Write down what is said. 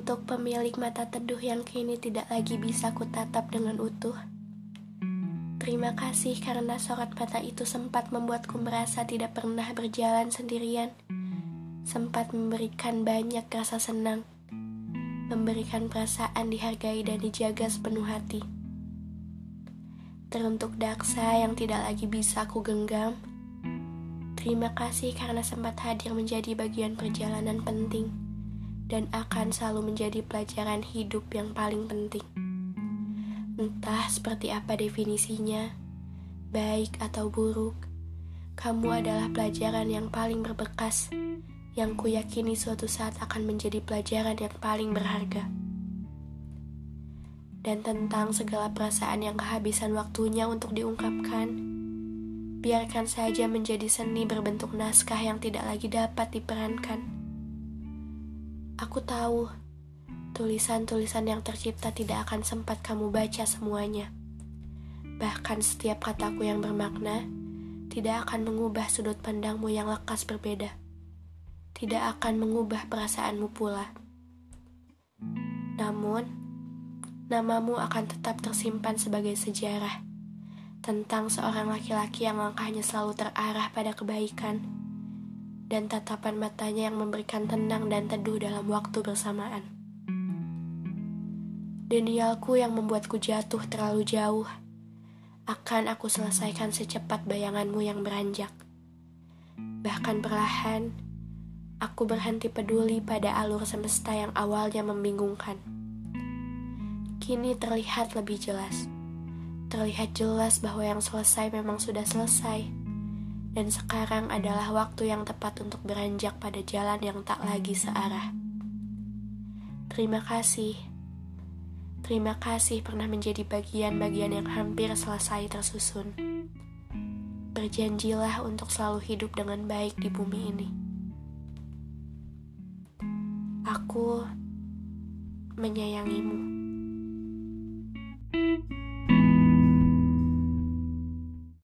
Untuk pemilik mata teduh yang kini tidak lagi bisa kutatap dengan utuh, terima kasih karena sorot mata itu sempat membuatku merasa tidak pernah berjalan sendirian. Sempat memberikan banyak rasa senang, memberikan perasaan dihargai dan dijaga sepenuh hati. Teruntuk Daksa yang tidak lagi bisa aku genggam, terima kasih karena sempat hadir menjadi bagian perjalanan penting dan akan selalu menjadi pelajaran hidup yang paling penting. Entah seperti apa definisinya, baik atau buruk, kamu adalah pelajaran yang paling berbekas, yang kuyakini suatu saat akan menjadi pelajaran yang paling berharga. Dan tentang segala perasaan yang kehabisan waktunya untuk diungkapkan, biarkan saja menjadi seni berbentuk naskah yang tidak lagi dapat diperankan. Aku tahu, tulisan-tulisan yang tercipta tidak akan sempat kamu baca semuanya. Bahkan setiap kataku yang bermakna tidak akan mengubah sudut pandangmu yang lekas berbeda. Tidak akan mengubah perasaanmu pula. Namun, namamu akan tetap tersimpan sebagai sejarah tentang seorang laki-laki yang langkahnya selalu terarah pada kebaikan dan tatapan matanya yang memberikan tenang dan teduh dalam waktu bersamaan. Denialku yang membuatku jatuh terlalu jauh, akan aku selesaikan secepat bayanganmu yang beranjak. Bahkan perlahan, aku berhenti peduli pada alur semesta yang awalnya membingungkan. Kini terlihat lebih jelas. Terlihat jelas bahwa yang selesai memang sudah selesai. Dan sekarang adalah waktu yang tepat untuk beranjak pada jalan yang tak lagi searah. Terima kasih. Terima kasih pernah menjadi bagian-bagian yang hampir selesai tersusun. Berjanjilah untuk selalu hidup dengan baik di bumi ini. Aku menyayangimu.